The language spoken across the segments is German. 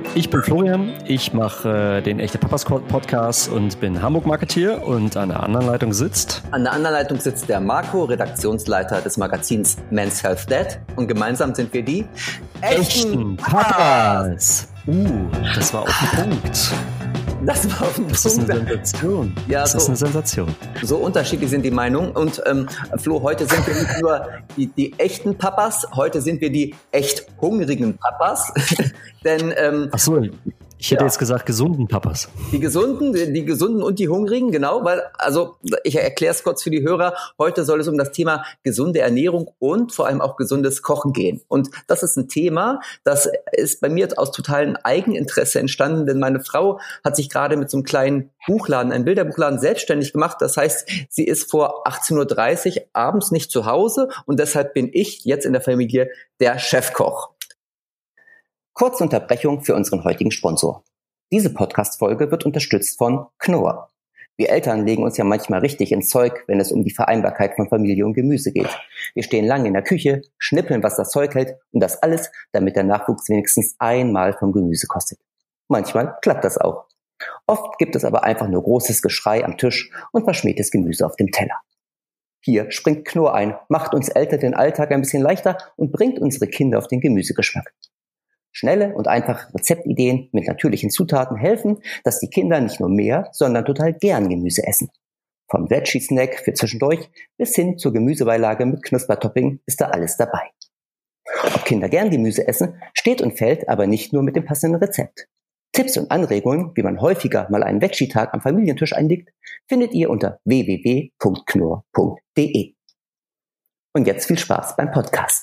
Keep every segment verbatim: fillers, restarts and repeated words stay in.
Ich bin Florian, ich mache äh, den Echte Papas Podcast und bin Hamburg-Marketeer, und an der anderen Leitung sitzt... An der anderen Leitung sitzt der Marco, Redaktionsleiter des Magazins Men's Health Dad, und gemeinsam sind wir die Echten Papas. Uh, das war auf den Punkt. Das war auf den Das Punkt. ist eine Sensation. Ja, das so, ist eine Sensation. So unterschiedlich sind die Meinungen. Und ähm, Flo, heute sind wir nicht nur die, die echten Papas, heute sind wir die echt hungrigen Papas. Denn ähm, Ach so, ich hätte ja. jetzt gesagt gesunden Papas. Die Gesunden, die, die Gesunden und die Hungrigen, genau, weil, also ich erkläre es kurz für die Hörer, heute soll es um das Thema gesunde Ernährung und vor allem auch gesundes Kochen gehen. Und das ist ein Thema, das ist bei mir aus totalem Eigeninteresse entstanden, denn meine Frau hat sich gerade mit so einem kleinen Buchladen, einem Bilderbuchladen, selbstständig gemacht. Das heißt, sie ist vor achtzehn Uhr dreißig abends nicht zu Hause, und deshalb bin ich jetzt in der Familie der Chefkoch. Kurze Unterbrechung für unseren heutigen Sponsor. Diese Podcast-Folge wird unterstützt von Knorr. Wir Eltern legen uns ja manchmal richtig ins Zeug, wenn es um die Vereinbarkeit von Familie und Gemüse geht. Wir stehen lange in der Küche, schnippeln, was das Zeug hält, und das alles, damit der Nachwuchs wenigstens einmal vom Gemüse kostet. Manchmal klappt das auch. Oft gibt es aber einfach nur großes Geschrei am Tisch und verschmähtes Gemüse auf dem Teller. Hier springt Knorr ein, macht uns Eltern den Alltag ein bisschen leichter und bringt unsere Kinder auf den Gemüsegeschmack. Schnelle und einfache Rezeptideen mit natürlichen Zutaten helfen, dass die Kinder nicht nur mehr, sondern total gern Gemüse essen. Vom Veggie-Snack für zwischendurch bis hin zur Gemüsebeilage mit Knuspertopping ist da alles dabei. Ob Kinder gern Gemüse essen, steht und fällt aber nicht nur mit dem passenden Rezept. Tipps und Anregungen, wie man häufiger mal einen Veggie-Tag am Familientisch einlegt, findet ihr unter w w w punkt knorr punkt d e. Und jetzt viel Spaß beim Podcast.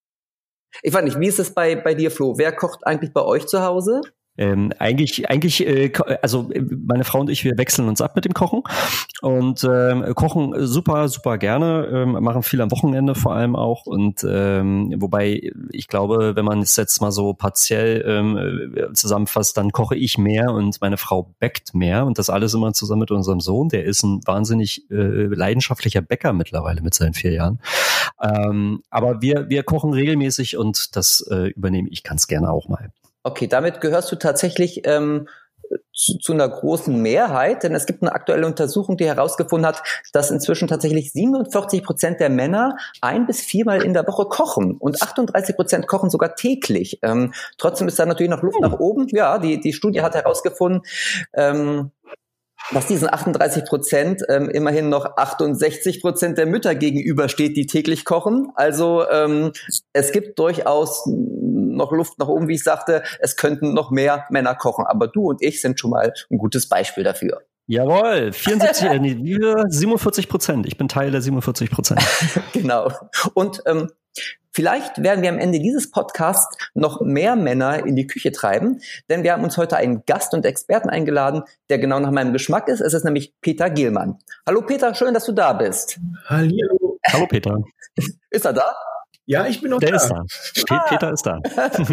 Ich weiß nicht, wie ist es bei, bei dir, Flo? Wer kocht eigentlich bei euch zu Hause? Ähm, eigentlich, eigentlich, äh, also meine Frau und ich, wir wechseln uns ab mit dem Kochen und ähm, kochen super, super gerne, ähm, machen viel am Wochenende vor allem auch, und ähm, wobei ich glaube, wenn man es jetzt mal so partiell ähm, zusammenfasst, dann koche ich mehr und meine Frau bäckt mehr, und das alles immer zusammen mit unserem Sohn, der ist ein wahnsinnig äh, leidenschaftlicher Bäcker mittlerweile mit seinen vier Jahren. Ähm, aber wir, wir kochen regelmäßig, und das äh, übernehme ich ganz gerne auch mal. Okay, damit gehörst du tatsächlich ähm, zu, zu einer großen Mehrheit, denn es gibt eine aktuelle Untersuchung, die herausgefunden hat, dass inzwischen tatsächlich siebenundvierzig Prozent der Männer ein- bis viermal in der Woche kochen, und achtunddreißig Prozent kochen sogar täglich. Ähm, trotzdem ist da natürlich noch Luft nach oben. Ja, die, die Studie hat herausgefunden, ähm, dass diesen achtunddreißig Prozent ähm, immerhin noch achtundsechzig Prozent der Mütter gegenübersteht, die täglich kochen. Also ähm, es gibt durchaus noch Luft nach oben, wie ich sagte. Es könnten noch mehr Männer kochen, aber du und ich sind schon mal ein gutes Beispiel dafür. Jawohl, vierundsiebzig, äh, nee, siebenundvierzig Prozent. Ich bin Teil der siebenundvierzig Prozent. Genau. Und ähm, vielleicht werden wir am Ende dieses Podcasts noch mehr Männer in die Küche treiben, denn wir haben uns heute einen Gast und Experten eingeladen, der genau nach meinem Geschmack ist. Es ist nämlich Peter Gielmann. Hallo Peter, schön, dass du da bist. Hallihallo. Hallo Peter. Ist er da? Ja, ich bin noch Der da. ist da. Ah. Peter ist da.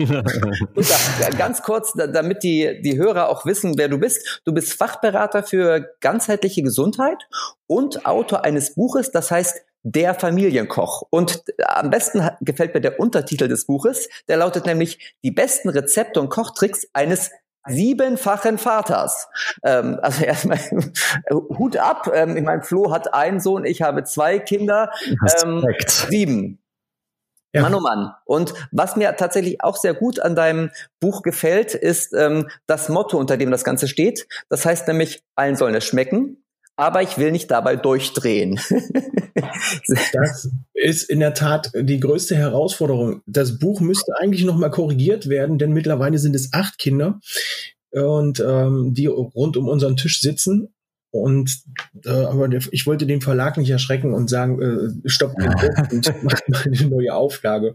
Peter, ganz kurz, damit die, die Hörer auch wissen, wer du bist. Du bist Fachberater für ganzheitliche Gesundheit und Autor eines Buches, das heißt Der Familienkoch. Und am besten gefällt mir der Untertitel des Buches. Der lautet nämlich Die besten Rezepte und Kochtricks eines siebenfachen Vaters. Ähm, also erstmal Hut ab. Ähm, ich meine, Flo hat einen Sohn, ich habe zwei Kinder. Ähm, sieben. Ja. Mann, oh Mann. Und was mir tatsächlich auch sehr gut an deinem Buch gefällt, ist ähm, das Motto, unter dem das Ganze steht. Das heißt nämlich, allen sollen es schmecken, aber ich will nicht dabei durchdrehen. Das ist in der Tat die größte Herausforderung. Das Buch müsste eigentlich noch mal korrigiert werden, denn mittlerweile sind es acht Kinder, und ähm, die rund um unseren Tisch sitzen. Und äh, aber der, ich wollte den Verlag nicht erschrecken und sagen, äh, stopp den Buch und mach mal eine neue Auflage.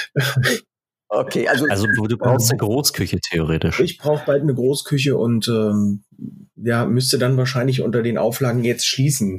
Okay, also also du brauchst eine Großküche theoretisch. Ich brauche bald eine Großküche und ähm, ja, müsste dann wahrscheinlich unter den Auflagen jetzt schließen.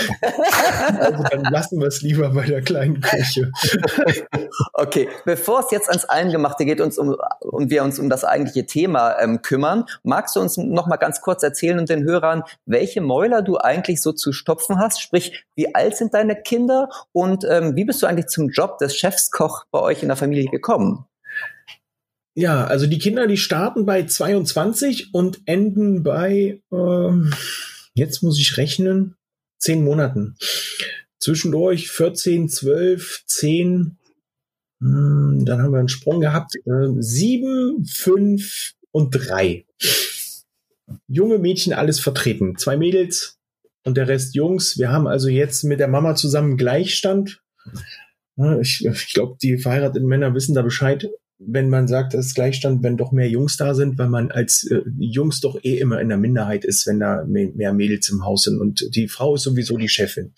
Also dann lassen wir es lieber bei der kleinen Küche. Okay, bevor es jetzt ans Eingemachte geht und, um, und wir uns um das eigentliche Thema ähm, kümmern, magst du uns noch mal ganz kurz erzählen und den Hörern, welche Mäuler du eigentlich so zu stopfen hast? Sprich, wie alt sind deine Kinder und ähm, wie bist du eigentlich zum Job des Chefskoch bei euch in der Familie gekommen? Ja, also die Kinder, die starten bei zweiundzwanzig und enden bei, ähm, jetzt muss ich rechnen, zehn Monaten. Zwischendurch vierzehn, zwölf, zehn, mh, dann haben wir einen Sprung gehabt, äh, sieben, fünf und drei. Junge Mädchen, alles vertreten. Zwei Mädels und der Rest Jungs. Wir haben also jetzt mit der Mama zusammen Gleichstand. Ich, ich glaube, die verheirateten Männer wissen da Bescheid, wenn man sagt, das ist Gleichstand, wenn doch mehr Jungs da sind, weil man als äh, Jungs doch eh immer in der Minderheit ist, wenn da mehr, mehr Mädels im Haus sind. Und die Frau ist sowieso die Chefin.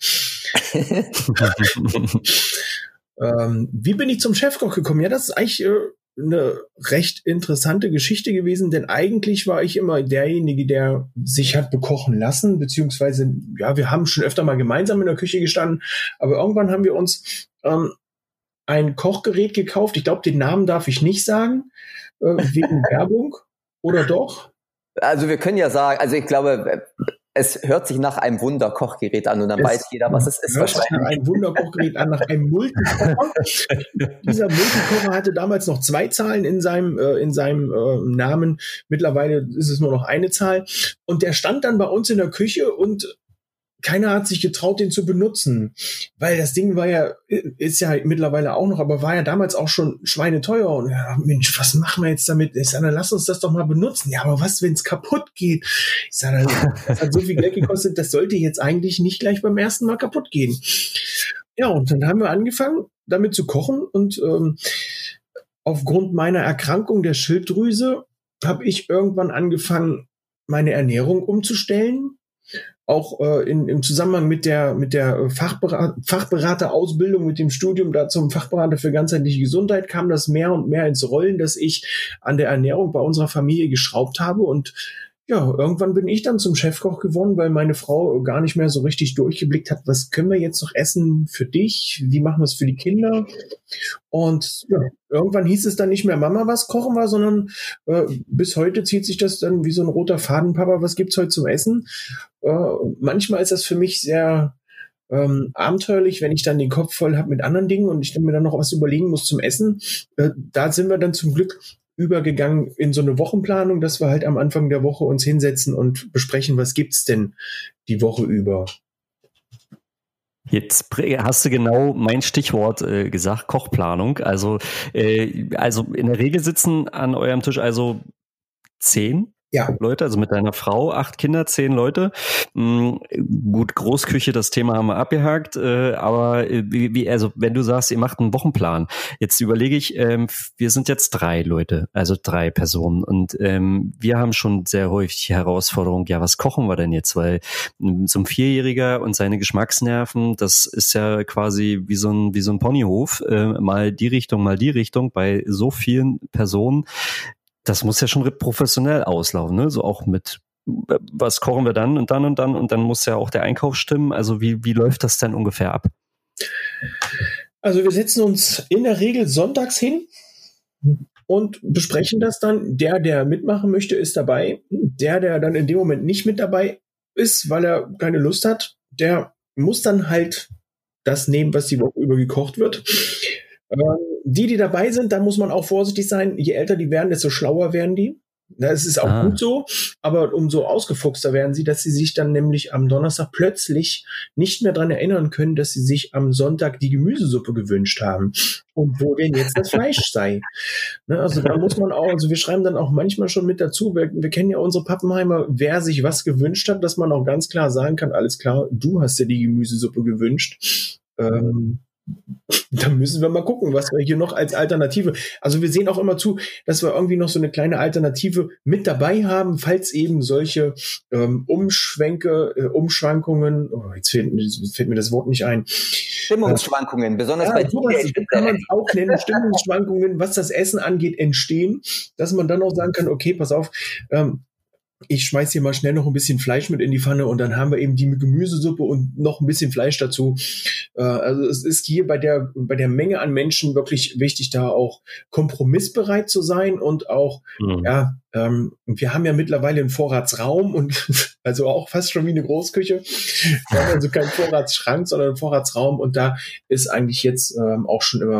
ähm, wie bin ich zum Chefkoch gekommen? Ja, das ist eigentlich äh, eine recht interessante Geschichte gewesen, denn eigentlich war ich immer derjenige, der sich hat bekochen lassen, beziehungsweise, ja, wir haben schon öfter mal gemeinsam in der Küche gestanden, aber irgendwann haben wir uns ähm, ein Kochgerät gekauft. Ich glaube, den Namen darf ich nicht sagen, äh, wegen Werbung, oder doch? Also wir können ja sagen, also ich glaube, es hört sich nach einem Wunderkochgerät an und dann es weiß jeder, was es ist. Hört sich nach einem Wunderkochgerät an, nach einem Multikocher. Dieser Multikocher hatte damals noch zwei Zahlen in seinem, äh, in seinem äh, Namen. Mittlerweile ist es nur noch eine Zahl. Und der stand dann bei uns in der Küche und keiner hat sich getraut, den zu benutzen, weil das Ding war ja, ist ja mittlerweile auch noch, aber war ja damals auch schon schweineteuer. Und ja, Mensch, was machen wir jetzt damit? Ich sage, dann lass uns das doch mal benutzen. Ja, aber was, wenn es kaputt geht? Ich sage, das hat so viel Geld gekostet, das sollte jetzt eigentlich nicht gleich beim ersten Mal kaputt gehen. Ja, und dann haben wir angefangen, damit zu kochen. Und ähm, aufgrund meiner Erkrankung der Schilddrüse habe ich irgendwann angefangen, meine Ernährung umzustellen. Auch äh, in, im Zusammenhang mit der mit der Fachberat- Fachberaterausbildung, mit dem Studium da zum Fachberater für ganzheitliche Gesundheit kam das mehr und mehr ins Rollen, dass ich an der Ernährung bei unserer Familie geschraubt habe. Und ja, irgendwann bin ich dann zum Chefkoch geworden, weil meine Frau gar nicht mehr so richtig durchgeblickt hat, was können wir jetzt noch essen für dich? Wie machen wir es für die Kinder? Und ja, irgendwann hieß es dann nicht mehr, Mama, was kochen wir, sondern äh, bis heute zieht sich das dann wie so ein roter Faden, Papa, was gibt's heute zum Essen? Äh, manchmal ist das für mich sehr ähm, abenteuerlich, wenn ich dann den Kopf voll habe mit anderen Dingen und ich dann mir dann noch was überlegen muss zum Essen. Äh, da sind wir dann zum Glück übergegangen in so eine Wochenplanung, dass wir halt am Anfang der Woche uns hinsetzen und besprechen, was gibt's denn die Woche über. Jetzt hast du genau mein Stichwort äh, gesagt, Kochplanung. Also, äh, also in der Regel sitzen an eurem Tisch also zehn Ja. Leute, also mit deiner Frau, acht Kinder, zehn Leute. Mhm, gut, Großküche, das Thema haben wir abgehakt, äh, aber wie, wie, also wenn du sagst, ihr macht einen Wochenplan, jetzt überlege ich, ähm, wir sind jetzt drei Leute, also drei Personen und ähm, wir haben schon sehr häufig die Herausforderung, ja, was kochen wir denn jetzt? Weil ähm, so ein Vierjähriger und seine Geschmacksnerven, das ist ja quasi wie so ein, wie so ein Ponyhof, äh, mal die Richtung, mal die Richtung, bei so vielen Personen. Das muss ja schon professionell auslaufen, ne? So auch mit, was kochen wir dann und dann und dann und dann muss ja auch der Einkauf stimmen. Also wie, wie läuft das denn ungefähr ab? Also wir setzen uns in der Regel sonntags hin und besprechen das dann. Der, der mitmachen möchte, ist dabei. Der, der dann in dem Moment nicht mit dabei ist, weil er keine Lust hat, der muss dann halt das nehmen, was die Woche über gekocht wird. Die, die dabei sind, da muss man auch vorsichtig sein. Je älter die werden, desto schlauer werden die. Das ist auch ah. gut so, aber umso ausgefuchster werden sie, dass sie sich dann nämlich am Donnerstag plötzlich nicht mehr dran erinnern können, dass sie sich am Sonntag die Gemüsesuppe gewünscht haben und wo denn jetzt das Fleisch sei. Ne, also da muss man auch, also wir schreiben dann auch manchmal schon mit dazu, wir, wir kennen ja unsere Pappenheimer, wer sich was gewünscht hat, dass man auch ganz klar sagen kann, alles klar, du hast dir die Gemüsesuppe gewünscht. Ähm, Da müssen wir mal gucken, was wir hier noch als Alternative, also wir sehen auch immer zu, dass wir irgendwie noch so eine kleine Alternative mit dabei haben, falls eben solche ähm, Umschwenke, äh, Umschwankungen, oh, jetzt fällt, fällt mir das Wort nicht ein. Stimmungsschwankungen, besonders ja, bei sowas kann man es auch nennen, Stimmungsschwankungen, was das Essen angeht, entstehen, dass man dann auch sagen kann, okay, pass auf, ähm, ich schmeiß hier mal schnell noch ein bisschen Fleisch mit in die Pfanne und dann haben wir eben die Gemüsesuppe und noch ein bisschen Fleisch dazu. Äh, also es ist hier bei der bei der Menge an Menschen wirklich wichtig, da auch kompromissbereit zu sein und auch, mhm. ja, ähm, wir haben ja mittlerweile einen Vorratsraum und also auch fast schon wie eine Großküche. Wir haben also keinen Vorratsschrank, sondern einen Vorratsraum und da ist eigentlich jetzt ähm, auch schon immer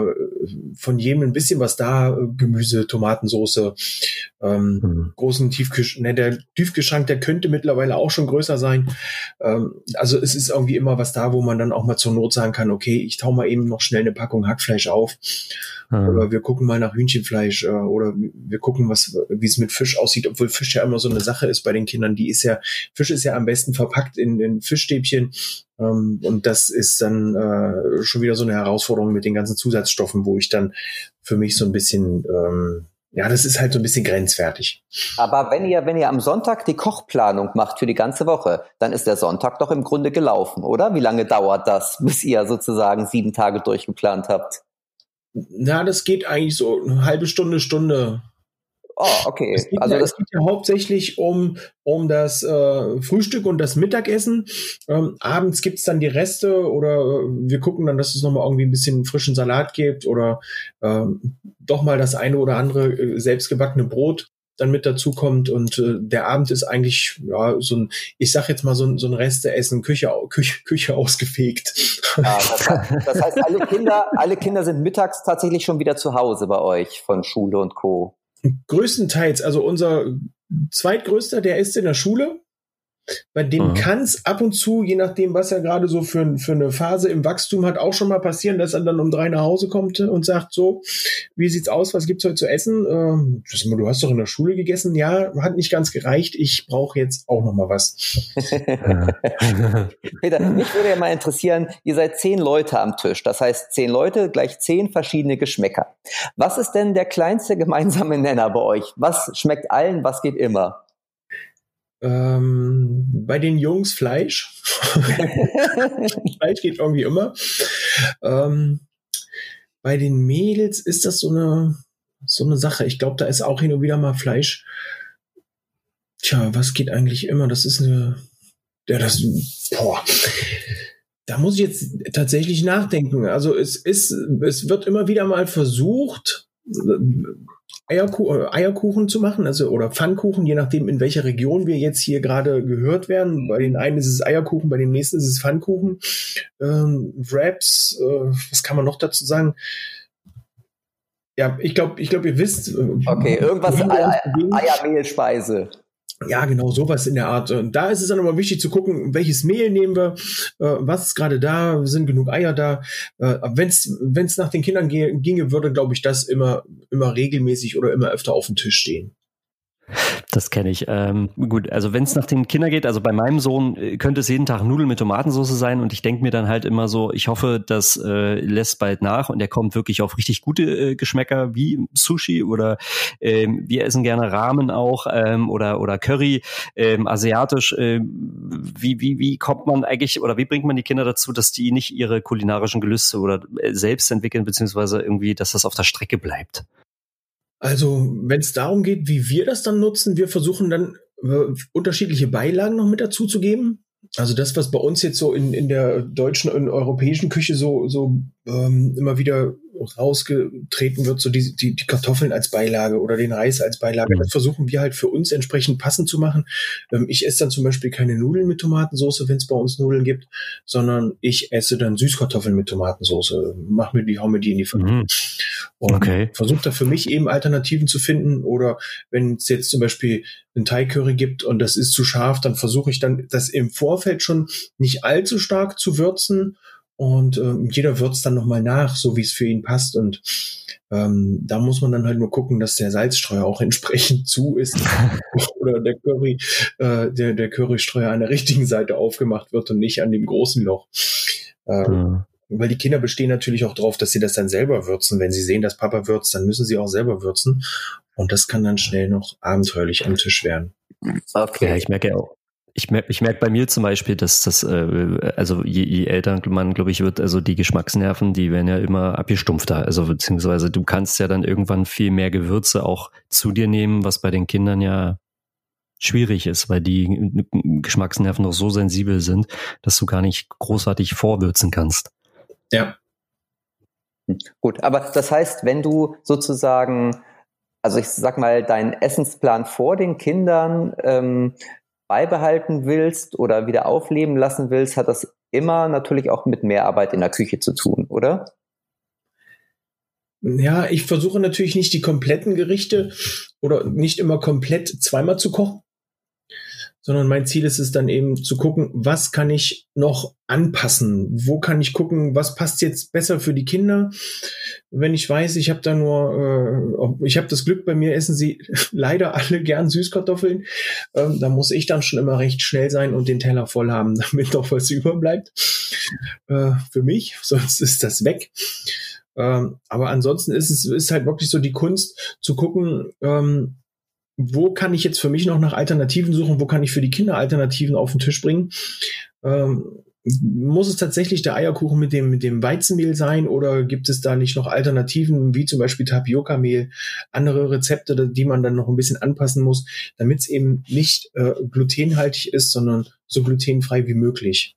von jedem ein bisschen was da, Gemüse, Tomatensoße, ähm, mhm. großen Tiefkühl, ne, der Tiefkühlschrank, der könnte mittlerweile auch schon größer sein. Ähm, also es ist irgendwie immer was da, wo man dann auch mal zur Not sagen kann, okay, ich tau mal eben noch schnell eine Packung Hackfleisch auf. Mhm. Oder wir gucken mal nach Hühnchenfleisch, äh, oder wir gucken, was, wie es mit Fisch aussieht, obwohl Fisch ja immer so eine Sache ist bei den Kindern. Die ist ja, Fisch ist ja am besten verpackt in, in Fischstäbchen. Ähm, und das ist dann äh, schon wieder so eine Herausforderung mit den ganzen Zusatzstoffen, wo ich dann für mich so ein bisschen, ähm, ja, das ist halt so ein bisschen grenzwertig. Aber wenn ihr, wenn ihr am Sonntag die Kochplanung macht für die ganze Woche, dann ist der Sonntag doch im Grunde gelaufen, oder? Wie lange dauert das, bis ihr sozusagen sieben Tage durchgeplant habt? Na, das geht eigentlich so eine halbe Stunde, Stunde. Oh, okay. Es geht, also ja, das es geht ja hauptsächlich um, um das äh, Frühstück und das Mittagessen. Ähm, abends gibt's dann die Reste oder äh, wir gucken dann, dass es nochmal irgendwie ein bisschen frischen Salat gibt oder äh, doch mal das eine oder andere äh, selbstgebackene Brot dann mit dazu kommt und äh, der Abend ist eigentlich ja so ein, ich sag jetzt mal so ein, so ein Resteessen, Küche, Küche, Küche ausgefegt. Ja, das, heißt, das heißt, alle Kinder, alle Kinder sind mittags tatsächlich schon wieder zu Hause bei euch von Schule und Co. Größtenteils, also unser zweitgrößter, der ist in der Schule. Bei dem mhm. kann es ab und zu, je nachdem, was er gerade so für, für eine Phase im Wachstum hat, auch schon mal passieren, dass er dann um drei nach Hause kommt und sagt so, wie sieht's aus, was gibt's heute zu essen? Ähm, du hast doch in der Schule gegessen. Ja, hat nicht ganz gereicht. Ich brauche jetzt auch noch mal was. Peter, mich würde ja mal interessieren, ihr seid zehn Leute am Tisch. Das heißt, zehn Leute gleich zehn verschiedene Geschmäcker. Was ist denn der kleinste gemeinsame Nenner bei euch? Was schmeckt allen, was geht immer? Ähm, bei den Jungs Fleisch. Fleisch geht irgendwie immer. Ähm, bei den Mädels ist das so eine, so eine Sache. Ich glaube, da ist auch hin und wieder mal Fleisch. Tja, was geht eigentlich immer? Das ist eine, ja, das, boah. Da muss ich jetzt tatsächlich nachdenken. Also es ist, es wird immer wieder mal versucht, Eierkuchen, Eierkuchen zu machen, also oder Pfannkuchen, je nachdem, in welcher Region wir jetzt hier gerade gehört werden. Bei den einen ist es Eierkuchen, bei dem nächsten ist es Pfannkuchen. Ähm, Wraps, äh, was kann man noch dazu sagen? Ja, ich glaube, ich glaube, ihr wisst. Okay, irgendwas Eiermehlspeise. Ja, genau, sowas in der Art. Und da ist es dann immer wichtig zu gucken, welches Mehl nehmen wir, äh, was ist gerade da, sind genug Eier da. Äh, wenn es nach den Kindern ge- ginge, würde, glaube ich, das immer, immer regelmäßig oder immer öfter auf dem Tisch stehen. Das kenne ich. Ähm, gut, also wenn es nach den Kindern geht, also bei meinem Sohn äh, könnte es jeden Tag Nudeln mit Tomatensauce sein und ich denke mir dann halt immer so, ich hoffe, das äh, lässt bald nach und er kommt wirklich auf richtig gute äh, Geschmäcker wie Sushi oder ähm, wir essen gerne Ramen auch ähm, oder oder Curry, ähm, asiatisch. Äh, wie wie wie kommt man eigentlich oder wie bringt man die Kinder dazu, dass die nicht ihre kulinarischen Gelüste oder äh, selbst entwickeln beziehungsweise irgendwie, dass das auf der Strecke bleibt? Also, wenn es darum geht, wie wir das dann nutzen, wir versuchen dann äh, unterschiedliche Beilagen noch mit dazu zu geben. Also das, was bei uns jetzt so in, in der deutschen und europäischen Küche so, so ähm, immer wieder rausgetreten wird, so die, die, die Kartoffeln als Beilage oder den Reis als Beilage, das versuchen wir halt für uns entsprechend passend zu machen. Ähm, ich esse dann zum Beispiel keine Nudeln mit Tomatensauce, wenn es bei uns Nudeln gibt, sondern ich esse dann Süßkartoffeln mit Tomatensauce. Mach mir die, hau mir die in die Pfanne. Mhm. Und okay. Versuche da für mich eben Alternativen zu finden. Oder wenn es jetzt zum Beispiel einen Thai-Curry gibt und das ist zu scharf, dann versuche ich dann, das im Vorfeld schon nicht allzu stark zu würzen. Und ähm, jeder würzt dann nochmal nach, so wie es für ihn passt. Und ähm, da muss man dann halt nur gucken, dass der Salzstreuer auch entsprechend zu ist. Oder der Curry, äh, der, der Currystreuer an der richtigen Seite aufgemacht wird und nicht an dem großen Loch. Ähm, mhm. Weil die Kinder bestehen natürlich auch drauf, dass sie das dann selber würzen. Wenn sie sehen, dass Papa würzt, dann müssen sie auch selber würzen. Und das kann dann schnell noch abenteuerlich am Tisch werden. Okay, ja, ich merke ja auch. Ich merke ich merk bei mir zum Beispiel, dass das, äh, also je, je älter man, glaube ich, wird, also die Geschmacksnerven, die werden ja immer abgestumpfter. Also beziehungsweise du kannst ja dann irgendwann viel mehr Gewürze auch zu dir nehmen, was bei den Kindern ja schwierig ist, weil die Geschmacksnerven noch so sensibel sind, dass du gar nicht großartig vorwürzen kannst. Ja. Gut, aber das heißt, wenn du sozusagen, also ich sag mal, deinen Essensplan vor den Kindern ähm, beibehalten willst oder wieder aufleben lassen willst, hat das immer natürlich auch mit Mehrarbeit in der Küche zu tun, oder? Ja, ich versuche natürlich nicht die kompletten Gerichte oder nicht immer komplett zweimal zu kochen, sondern mein Ziel ist es dann eben zu gucken, was kann ich noch anpassen? Wo kann ich gucken, was passt jetzt besser für die Kinder? Wenn ich weiß, ich habe da nur, äh, ich habe das Glück, bei mir essen sie leider alle gern Süßkartoffeln, ähm, da muss ich dann schon immer recht schnell sein und den Teller voll haben, damit noch was überbleibt äh, für mich, sonst ist das weg. Ähm, aber ansonsten ist es ist halt wirklich so die Kunst zu gucken, ähm, wo kann ich jetzt für mich noch nach Alternativen suchen, wo kann ich für die Kinder Alternativen auf den Tisch bringen? Ähm, muss es tatsächlich der Eierkuchen mit dem, mit dem Weizenmehl sein oder gibt es da nicht noch Alternativen, wie zum Beispiel Tapioca-Mehl, andere Rezepte, die man dann noch ein bisschen anpassen muss, damit es eben nicht äh, glutenhaltig ist, sondern so glutenfrei wie möglich?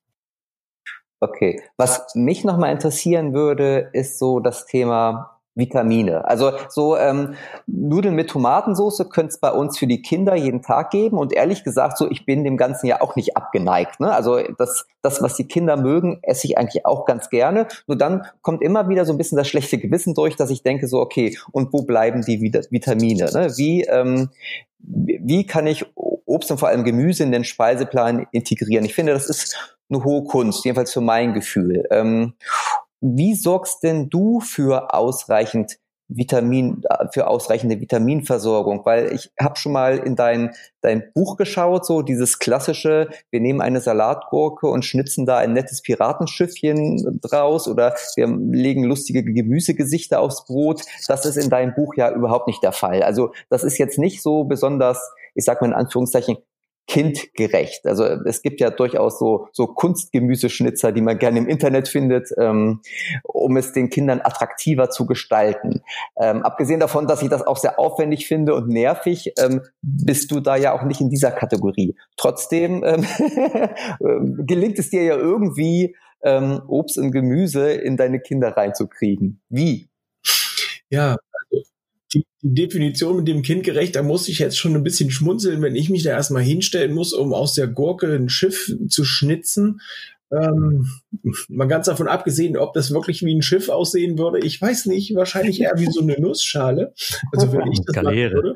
Okay, was mich nochmal interessieren würde, ist so das Thema Vitamine. Also so ähm, Nudeln mit Tomatensauce könnte es bei uns für die Kinder jeden Tag geben und ehrlich gesagt, so ich bin dem Ganzen ja auch nicht abgeneigt. Ne? Also das, das, was die Kinder mögen, esse ich eigentlich auch ganz gerne. Nur dann kommt immer wieder so ein bisschen das schlechte Gewissen durch, dass ich denke so, okay, und wo bleiben die Vitamine? Ne? Wie, ähm, wie kann ich Obst und vor allem Gemüse in den Speiseplan integrieren? Ich finde, das ist eine hohe Kunst, jedenfalls für mein Gefühl. Ähm, Wie sorgst denn du für ausreichend Vitamin, für ausreichende Vitaminversorgung? Weil ich habe schon mal in dein dein Buch geschaut, so dieses klassische, wir nehmen eine Salatgurke und schnitzen da ein nettes Piratenschiffchen draus oder wir legen lustige Gemüsegesichter aufs Brot. Das ist in deinem Buch ja überhaupt nicht der Fall. Also das ist jetzt nicht so besonders, ich sag mal in Anführungszeichen, kindgerecht. Also es gibt ja durchaus so so Kunstgemüseschnitzer, die man gerne im Internet findet, ähm, um es den Kindern attraktiver zu gestalten. Ähm, abgesehen davon, dass ich das auch sehr aufwendig finde und nervig, ähm, bist du da ja auch nicht in dieser Kategorie. Trotzdem ähm, gelingt es dir ja irgendwie, ähm, Obst und Gemüse in deine Kinder reinzukriegen. Wie? Ja, Die, die Definition mit dem kindgerecht, da muss ich jetzt schon ein bisschen schmunzeln, wenn ich mich da erstmal hinstellen muss, um aus der Gurke ein Schiff zu schnitzen. Ähm, mal ganz davon abgesehen, ob das wirklich wie ein Schiff aussehen würde. Ich weiß nicht, wahrscheinlich eher wie so eine Nussschale. Also wenn ich das machen würde.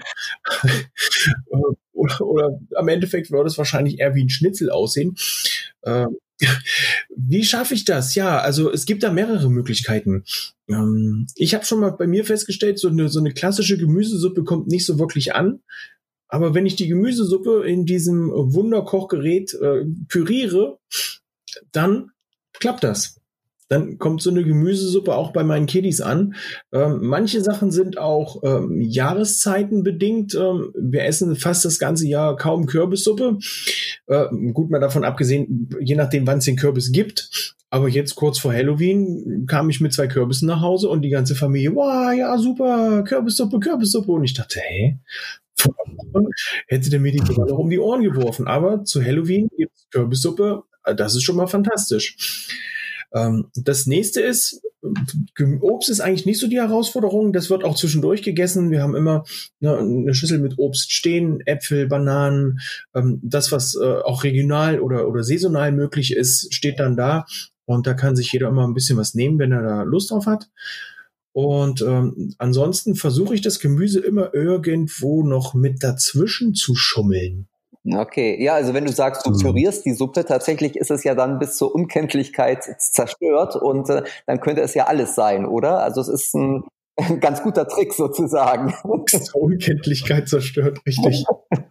oder, oder am Endeffekt würde es wahrscheinlich eher wie ein Schnitzel aussehen. Ähm, Wie schaffe ich das? Ja, also es gibt da mehrere Möglichkeiten. Ähm, ich habe schon mal bei mir festgestellt, so eine, so eine klassische Gemüsesuppe kommt nicht so wirklich an. Aber wenn ich die Gemüsesuppe in diesem Wunderkochgerät äh, püriere, dann klappt das. Dann kommt so eine Gemüsesuppe auch bei meinen Kiddies an. Ähm, manche Sachen sind auch ähm, Jahreszeiten bedingt. Ähm, wir essen fast das ganze Jahr kaum Kürbissuppe. Äh, gut, mal davon abgesehen, je nachdem, wann es den Kürbis gibt. Aber jetzt kurz vor Halloween kam ich mit zwei Kürbissen nach Hause und die ganze Familie, wow, ja, super, Kürbissuppe, Kürbissuppe. Und ich dachte, hä? Hätte der mir die sogar noch um die Ohren geworfen. Aber zu Halloween gibt es Kürbissuppe. Das ist schon mal fantastisch. Das nächste ist, Obst ist eigentlich nicht so die Herausforderung. Das wird auch zwischendurch gegessen. Wir haben immer eine Schüssel mit Obst stehen, Äpfel, Bananen. Das, was auch regional oder, oder saisonal möglich ist, steht dann da. Und da kann sich jeder immer ein bisschen was nehmen, wenn er da Lust drauf hat. Und ähm, ansonsten versuche ich das Gemüse immer irgendwo noch mit dazwischen zu schummeln. Okay, ja, also wenn du sagst, du pürierst die Suppe, tatsächlich ist es ja dann bis zur Unkenntlichkeit zerstört und äh, dann könnte es ja alles sein, oder? Also es ist ein, ein ganz guter Trick sozusagen. Zur Unkenntlichkeit zerstört, richtig.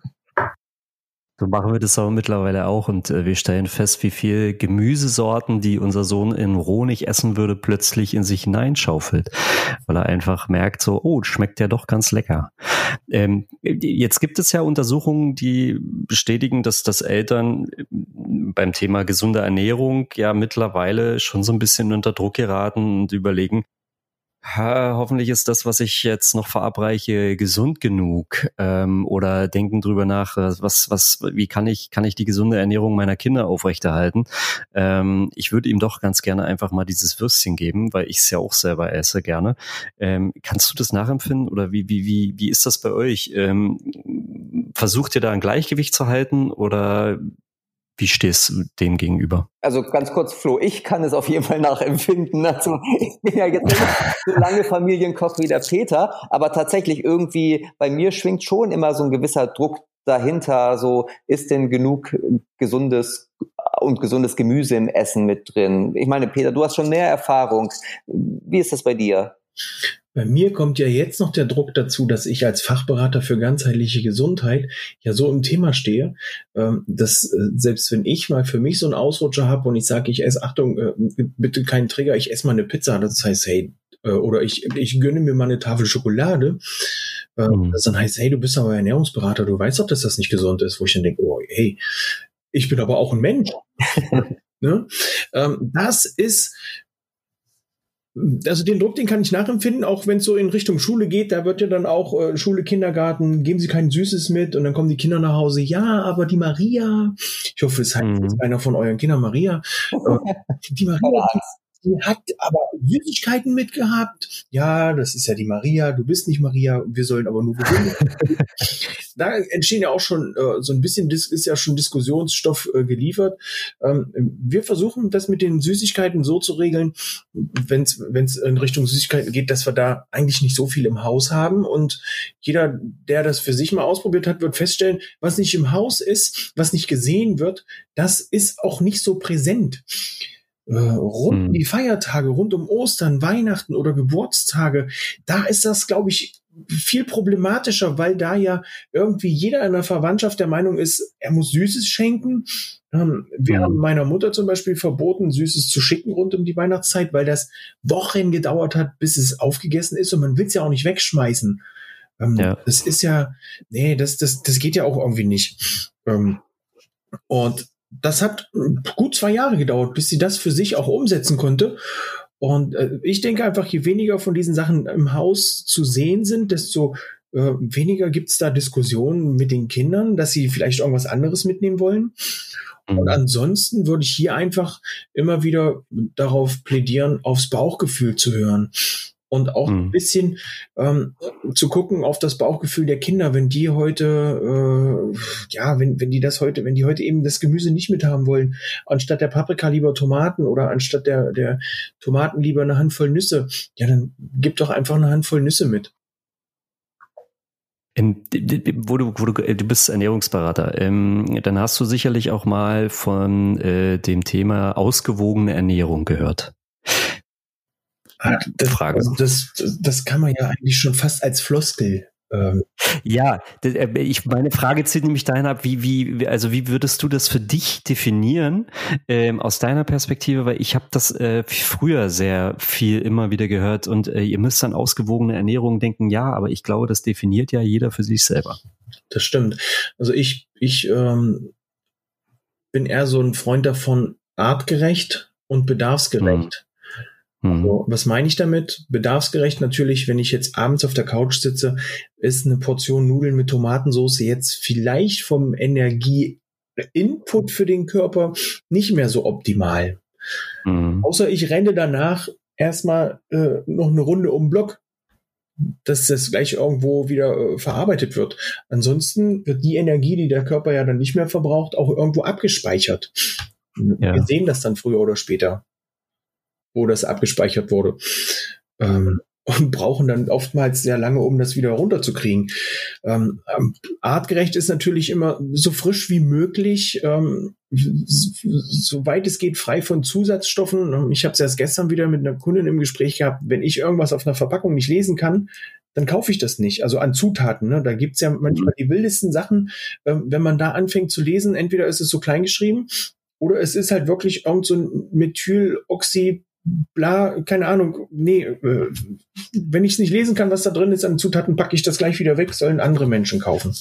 So machen wir das aber mittlerweile auch und äh, wir stellen fest, wie viel Gemüsesorten, die unser Sohn in roh nicht essen würde, plötzlich in sich hineinschaufelt, weil er einfach merkt so, oh, schmeckt ja doch ganz lecker. Ähm, jetzt gibt es ja Untersuchungen, die bestätigen, dass, dass Eltern beim Thema gesunde Ernährung ja mittlerweile schon so ein bisschen unter Druck geraten und überlegen, Ha, hoffentlich ist das, was ich jetzt noch verabreiche, gesund genug, ähm, oder denken drüber nach, was, was, wie kann ich, kann ich die gesunde Ernährung meiner Kinder aufrechterhalten? Ähm, ich würde ihm doch ganz gerne einfach mal dieses Würstchen geben, weil ich es ja auch selber esse gerne. Ähm, kannst du das nachempfinden oder wie, wie, wie, wie ist das bei euch? Ähm, versucht ihr da ein Gleichgewicht zu halten oder wie stehst du dem gegenüber? Also ganz kurz, Flo, ich kann es auf jeden Fall nachempfinden. Also ich bin ja jetzt nicht so lange Familienkoch wie der Peter, aber tatsächlich irgendwie bei mir schwingt schon immer so ein gewisser Druck dahinter. So, ist denn genug gesundes und gesundes Gemüse im Essen mit drin? Ich meine, Peter, du hast schon mehr Erfahrung. Wie ist das bei dir? Bei mir kommt ja jetzt noch der Druck dazu, dass ich als Fachberater für ganzheitliche Gesundheit ja so im Thema stehe, dass selbst wenn ich mal für mich so einen Ausrutscher habe und ich sage, ich esse, Achtung, bitte keinen Trigger, ich esse mal eine Pizza, das heißt, hey, oder ich, ich gönne mir mal eine Tafel Schokolade, mhm. das dann heißt, hey, du bist aber Ernährungsberater, du weißt doch, dass das nicht gesund ist, wo ich dann denke, oh, hey, ich bin aber auch ein Mensch. Ne? Das ist Also den Druck, den kann ich nachempfinden, auch wenn es so in Richtung Schule geht, da wird ja dann auch äh, Schule, Kindergarten, geben Sie kein Süßes mit und dann kommen die Kinder nach Hause, ja, aber die Maria, ich hoffe, es heißt mhm. jetzt einer von euren Kindern Maria, äh, die Maria, die, die hat aber Süßigkeiten mitgehabt, ja, das ist ja die Maria, du bist nicht Maria, wir sollen aber nur gewinnen. Da entstehen ja auch schon äh, so ein bisschen, das ist ja schon Diskussionsstoff äh, geliefert. Ähm, wir versuchen das mit den Süßigkeiten so zu regeln, wenn es in Richtung Süßigkeiten geht, dass wir da eigentlich nicht so viel im Haus haben und jeder, der das für sich mal ausprobiert hat, wird feststellen, was nicht im Haus ist, was nicht gesehen wird, das ist auch nicht so präsent. Äh, rund um die Feiertage, rund um Ostern, Weihnachten oder Geburtstage, da ist das, glaube ich, viel problematischer, weil da ja irgendwie jeder in der Verwandtschaft der Meinung ist, er muss Süßes schenken. Ähm, wir mhm. haben meiner Mutter zum Beispiel verboten, Süßes zu schicken rund um die Weihnachtszeit, weil das Wochen gedauert hat, bis es aufgegessen ist und man will es ja auch nicht wegschmeißen. Ähm, ja. Das ist ja, nee, das, das, das geht ja auch irgendwie nicht. Ähm, und das hat gut zwei Jahre gedauert, bis sie das für sich auch umsetzen konnte. Und äh, ich denke einfach, je weniger von diesen Sachen im Haus zu sehen sind, desto äh, weniger gibt's da Diskussionen mit den Kindern, dass sie vielleicht irgendwas anderes mitnehmen wollen. Mhm. Und ansonsten würde ich hier einfach immer wieder darauf plädieren, aufs Bauchgefühl zu hören. Und auch mhm. ein bisschen ähm, zu gucken auf das Bauchgefühl der Kinder, wenn die heute, äh, ja, wenn wenn die das heute, wenn die heute eben das Gemüse nicht mit haben wollen, anstatt der Paprika lieber Tomaten oder anstatt der der Tomaten lieber eine Handvoll Nüsse, ja, dann gib doch einfach eine Handvoll Nüsse mit. Ähm, wo du, wo du, du bist Ernährungsberater, ähm, dann hast du sicherlich auch mal von äh, dem Thema ausgewogene Ernährung gehört. Das, Frage. Also das, das kann man ja eigentlich schon fast als Floskel. Ähm. Ja, ich, meine Frage zielt nämlich dahin ab, wie, wie, also wie würdest du das für dich definieren, ähm, aus deiner Perspektive, weil ich habe das äh, früher sehr viel immer wieder gehört und äh, ihr müsst an ausgewogene Ernährung denken, ja, aber ich glaube, das definiert ja jeder für sich selber. Das stimmt. Also ich, ich ähm, bin eher so ein Freund davon, artgerecht und bedarfsgerecht. Hm. Also, was meine ich damit? Bedarfsgerecht natürlich, wenn ich jetzt abends auf der Couch sitze, ist eine Portion Nudeln mit Tomatensauce jetzt vielleicht vom Energie-Input für den Körper nicht mehr so optimal. Mhm. Außer ich renne danach erstmal äh, noch eine Runde um den Block, dass das gleich irgendwo wieder äh, verarbeitet wird. Ansonsten wird die Energie, die der Körper ja dann nicht mehr verbraucht, auch irgendwo abgespeichert. Ja. Wir sehen das dann früher oder später, wo das abgespeichert wurde. Ähm, und brauchen dann oftmals sehr lange, um das wieder runterzukriegen. Ähm, artgerecht ist natürlich immer so frisch wie möglich, ähm, soweit es geht, frei von Zusatzstoffen. Ich habe es erst gestern wieder mit einer Kundin im Gespräch gehabt, wenn ich irgendwas auf einer Verpackung nicht lesen kann, dann kaufe ich das nicht. Also an Zutaten, ne? Da gibt's ja manchmal die wildesten Sachen. Ähm, wenn man da anfängt zu lesen, entweder ist es so klein geschrieben oder es ist halt wirklich irgend so ein Methyloxy bla, keine Ahnung, nee, äh, wenn ich es nicht lesen kann, was da drin ist an Zutaten, packe ich das gleich wieder weg, sollen andere Menschen kaufen.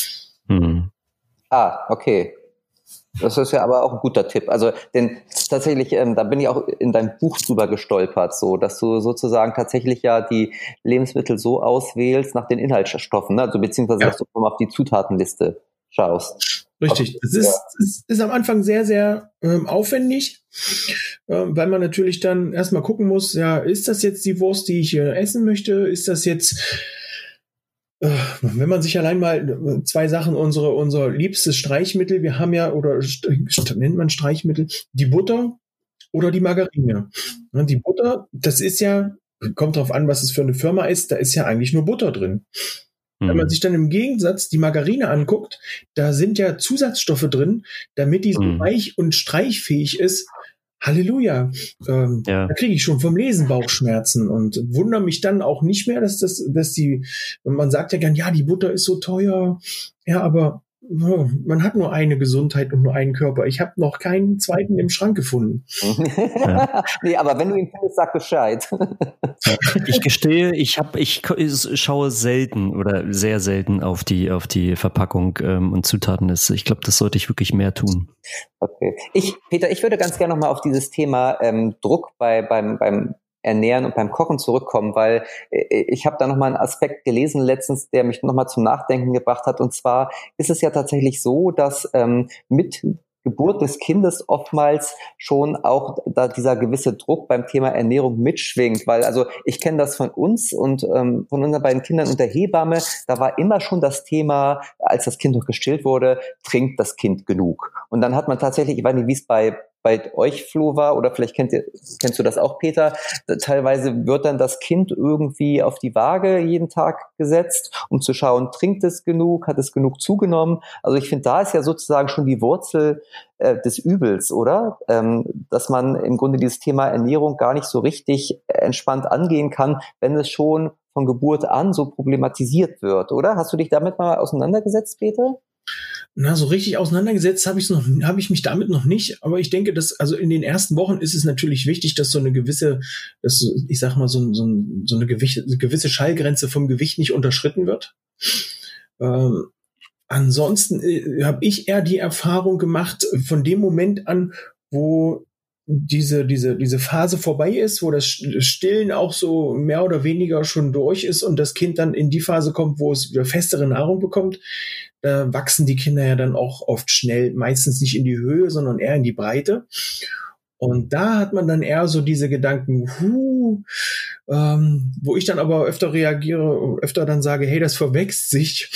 Hm. Ah, okay. Das ist ja aber auch ein guter Tipp. Also, denn tatsächlich, ähm, da bin ich auch in deinem Buch drüber gestolpert, so, dass du sozusagen tatsächlich ja die Lebensmittel so auswählst nach den Inhaltsstoffen, ne? Also beziehungsweise ja. dass du auf die Zutatenliste schaust. Richtig. Das ist, das ist am Anfang sehr, sehr ähm, aufwendig, ähm, weil man natürlich dann erstmal gucken muss, ja, ist das jetzt die Wurst, die ich äh, essen möchte? Ist das jetzt wenn man sich allein mal zwei Sachen, unsere, unser liebstes Streichmittel, wir haben ja, oder nennt man Streichmittel, die Butter oder die Margarine. Die Butter, das ist ja, kommt drauf an, was es für eine Firma ist, da ist ja eigentlich nur Butter drin. Mhm. Wenn man sich dann im Gegensatz die Margarine anguckt, da sind ja Zusatzstoffe drin, damit die so mhm. weich und streichfähig ist. Halleluja. Ähm, ja. Da kriege ich schon vom Lesen Bauchschmerzen und wundere mich dann auch nicht mehr, dass das, dass die, man sagt ja gern, ja, die Butter ist so teuer. Ja, aber oh, man hat nur eine Gesundheit und nur einen Körper. Ich habe noch keinen zweiten im Schrank gefunden. Ja. Nee, aber wenn du ihn findest, sag Bescheid. Ich gestehe, ich habe, ich schaue selten oder sehr selten auf die auf die Verpackung ähm, und Zutatenliste. Ich glaube, das sollte ich wirklich mehr tun. Okay. Ich, Peter, ich würde ganz gerne nochmal auf dieses Thema ähm, Druck bei beim beim Ernähren und beim Kochen zurückkommen, weil äh, ich habe da nochmal einen Aspekt gelesen letztens, der mich nochmal zum Nachdenken gebracht hat. Und zwar ist es ja tatsächlich so, dass ähm, mit Geburt des Kindes oftmals schon auch da dieser gewisse Druck beim Thema Ernährung mitschwingt, weil also ich kenne das von uns und ähm, von unseren beiden Kindern und der Hebamme, da war immer schon das Thema, als das Kind noch gestillt wurde, trinkt das Kind genug. Und dann hat man tatsächlich, ich weiß nicht, wie es bei bei euch, Flo, war, oder vielleicht kennt ihr, kennst du das auch, Peter, teilweise wird dann das Kind irgendwie auf die Waage jeden Tag gesetzt, um zu schauen, trinkt es genug, hat es genug zugenommen. Also ich finde, da ist ja sozusagen schon die Wurzel äh, des Übels, oder? Ähm, dass man im Grunde dieses Thema Ernährung gar nicht so richtig entspannt angehen kann, wenn es schon von Geburt an so problematisiert wird, oder? Hast du dich damit mal auseinandergesetzt, Peter? Na, so richtig auseinandergesetzt habe ich noch, habe ich mich damit noch nicht. Aber ich denke, dass, also in den ersten Wochen ist es natürlich wichtig, dass so eine gewisse, dass, ich sag mal, so, so, so eine Gewicht, gewisse Schallgrenze vom Gewicht nicht unterschritten wird. Ähm, ansonsten äh, habe ich eher die Erfahrung gemacht, von dem Moment an, wo diese, diese, diese Phase vorbei ist, wo das Stillen auch so mehr oder weniger schon durch ist und das Kind dann in die Phase kommt, wo es wieder festere Nahrung bekommt, da wachsen die Kinder ja dann auch oft schnell, meistens nicht in die Höhe, sondern eher in die Breite. Und da hat man dann eher so diese Gedanken, huh, ähm, wo ich dann aber öfter reagiere, öfter dann sage, hey, das verwächst sich.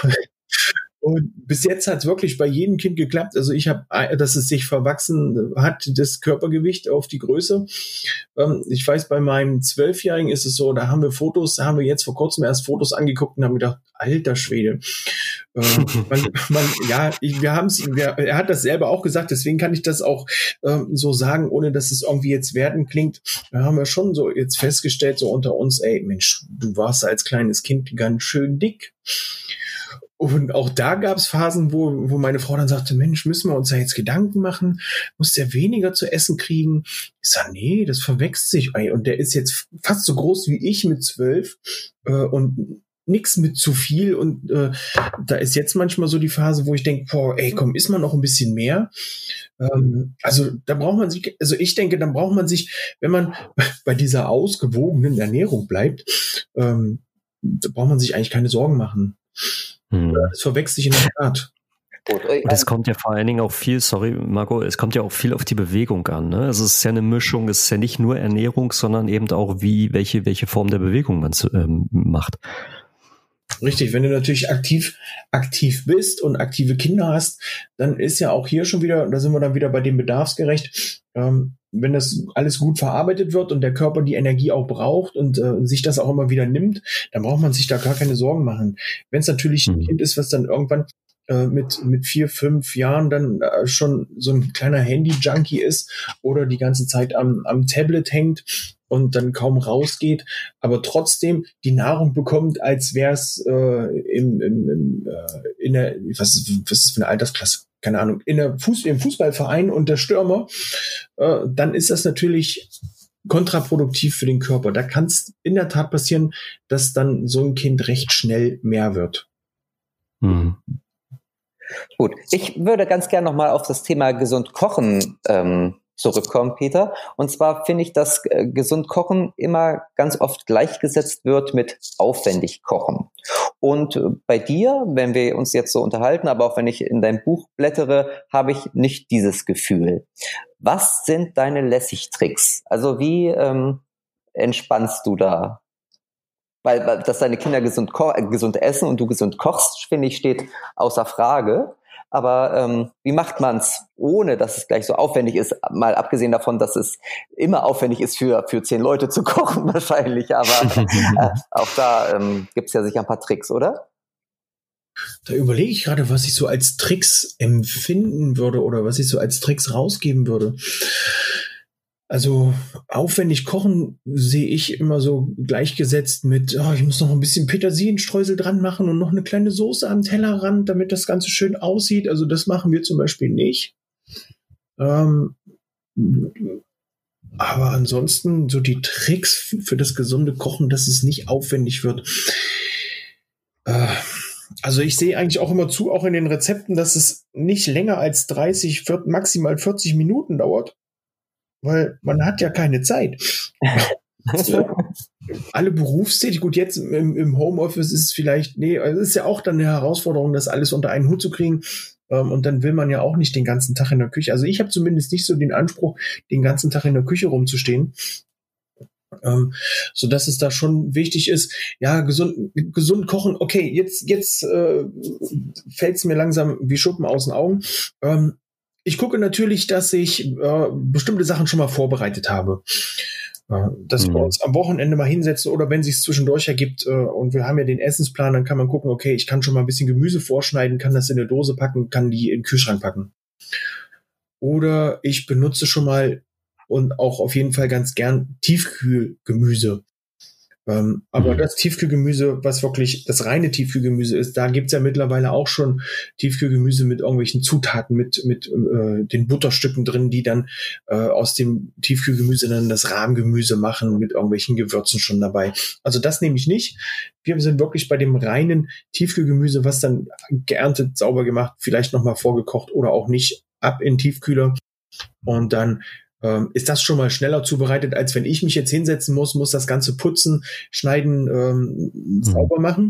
Und bis jetzt hat es wirklich bei jedem Kind geklappt. Also ich habe, dass es sich verwachsen hat, das Körpergewicht auf die Größe. Ähm, ich weiß, bei meinem Zwölfjährigen ist es so, da haben wir Fotos, da haben wir jetzt vor kurzem erst Fotos angeguckt und haben gedacht, alter Schwede. ähm, man, man, ja, ich, wir haben es, er hat das selber auch gesagt, deswegen kann ich das auch ähm, so sagen, ohne dass es irgendwie jetzt werten klingt. Da haben wir schon so jetzt festgestellt, so unter uns, ey, Mensch, du warst als kleines Kind ganz schön dick. Und auch da gab es Phasen, wo, wo meine Frau dann sagte, Mensch, müssen wir uns da jetzt Gedanken machen? Muss der weniger zu essen kriegen? Ich sag, nee, das verwächst sich. Und der ist jetzt fast so groß wie ich mit zwölf äh, und nix mit zu viel. Und äh, da ist jetzt manchmal so die Phase, wo ich denke, boah, ey, komm, isst man noch ein bisschen mehr? Ähm, also da braucht man sich, also ich denke, dann braucht man sich, wenn man bei dieser ausgewogenen Ernährung bleibt, ähm, da braucht man sich eigentlich keine Sorgen machen. Hm. Das verwechselt sich in der Tat. Und es kommt ja vor allen Dingen auch viel, sorry Marco, es kommt ja auch viel auf die Bewegung an. Ne? Also es ist ja eine Mischung, es ist ja nicht nur Ernährung, sondern eben auch wie, welche, welche Form der Bewegung man ähm, macht. Richtig, wenn du natürlich aktiv, aktiv bist und aktive Kinder hast, dann ist ja auch hier schon wieder, da sind wir dann wieder bei dem bedarfsgerecht, ähm, wenn das alles gut verarbeitet wird und der Körper die Energie auch braucht und äh, sich das auch immer wieder nimmt, dann braucht man sich da gar keine Sorgen machen. Wenn es natürlich ein Kind ist, was dann irgendwann äh, mit mit vier, fünf Jahren dann äh, schon so ein kleiner Handy-Junkie ist oder die ganze Zeit am, am Tablet hängt und dann kaum rausgeht, aber trotzdem die Nahrung bekommt, als wäre es äh, im, im, im, äh, in der, was ist, was ist für eine Altersklasse? Keine Ahnung, in der Fuß, im Fußballverein und der Stürmer, äh, dann ist das natürlich kontraproduktiv für den Körper. Da kann es in der Tat passieren, dass dann so ein Kind recht schnell mehr wird. Mhm. Gut, ich würde ganz gerne nochmal auf das Thema gesund kochen ähm, zurückkommen, Peter. Und zwar finde ich, dass äh, gesund kochen immer ganz oft gleichgesetzt wird mit aufwendig kochen. Und äh, bei dir, wenn wir uns jetzt so unterhalten, aber auch wenn ich in dein Buch blättere, habe ich nicht dieses Gefühl. Was sind deine Lässigtricks? Also wie ähm, entspannst du da? Weil, weil dass deine Kinder gesund, ko- äh, gesund essen und du gesund kochst, finde ich, steht außer Frage. Aber ähm, wie macht man's, ohne dass es gleich so aufwendig ist? Mal abgesehen davon, dass es immer aufwendig ist, für für zehn Leute zu kochen wahrscheinlich. Aber äh, auch da ähm, gibt's ja sicher ein paar Tricks, oder? Da überlege ich gerade, was ich so als Tricks empfinden würde oder was ich so als Tricks rausgeben würde. Also aufwendig kochen sehe ich immer so gleichgesetzt mit, oh, ich muss noch ein bisschen Petersilienstreusel dran machen und noch eine kleine Soße am Tellerrand, damit das Ganze schön aussieht. Also das machen wir zum Beispiel nicht. Ähm, aber ansonsten so die Tricks für das gesunde Kochen, dass es nicht aufwendig wird. Äh, also ich sehe eigentlich auch immer zu, auch in den Rezepten, dass es nicht länger als dreißig, vierzig, maximal vierzig Minuten dauert. Weil man hat ja keine Zeit. Alle berufstätig, gut, jetzt im, im Homeoffice ist es vielleicht, nee, es ist ja auch dann eine Herausforderung, das alles unter einen Hut zu kriegen. Ähm, und dann will man ja auch nicht den ganzen Tag in der Küche. Also ich habe zumindest nicht so den Anspruch, den ganzen Tag in der Küche rumzustehen. Ähm, so dass es da schon wichtig ist, ja, gesund, gesund kochen. Okay, jetzt, jetzt äh, fällt es mir langsam wie Schuppen aus den Augen. Ähm, Ich gucke natürlich, dass ich äh, bestimmte Sachen schon mal vorbereitet habe. Äh, dass mhm. wir uns am Wochenende mal hinsetzen oder wenn es sich zwischendurch ergibt äh, und wir haben ja den Essensplan, dann kann man gucken, okay, ich kann schon mal ein bisschen Gemüse vorschneiden, kann das in eine Dose packen, kann die in den Kühlschrank packen. Oder ich benutze schon mal und auch auf jeden Fall ganz gern Tiefkühlgemüse. Ähm, aber mhm. das Tiefkühlgemüse, was wirklich das reine Tiefkühlgemüse ist, da gibt's ja mittlerweile auch schon Tiefkühlgemüse mit irgendwelchen Zutaten, mit mit äh, den Butterstücken drin, die dann äh, aus dem Tiefkühlgemüse dann das Rahmgemüse machen, mit irgendwelchen Gewürzen schon dabei. Also das nehme ich nicht. Wir sind wirklich bei dem reinen Tiefkühlgemüse, was dann geerntet, sauber gemacht, vielleicht nochmal vorgekocht oder auch nicht, ab in den Tiefkühler und dann Ähm, ist das schon mal schneller zubereitet, als wenn ich mich jetzt hinsetzen muss, muss das Ganze putzen, schneiden, ähm, mhm. sauber machen.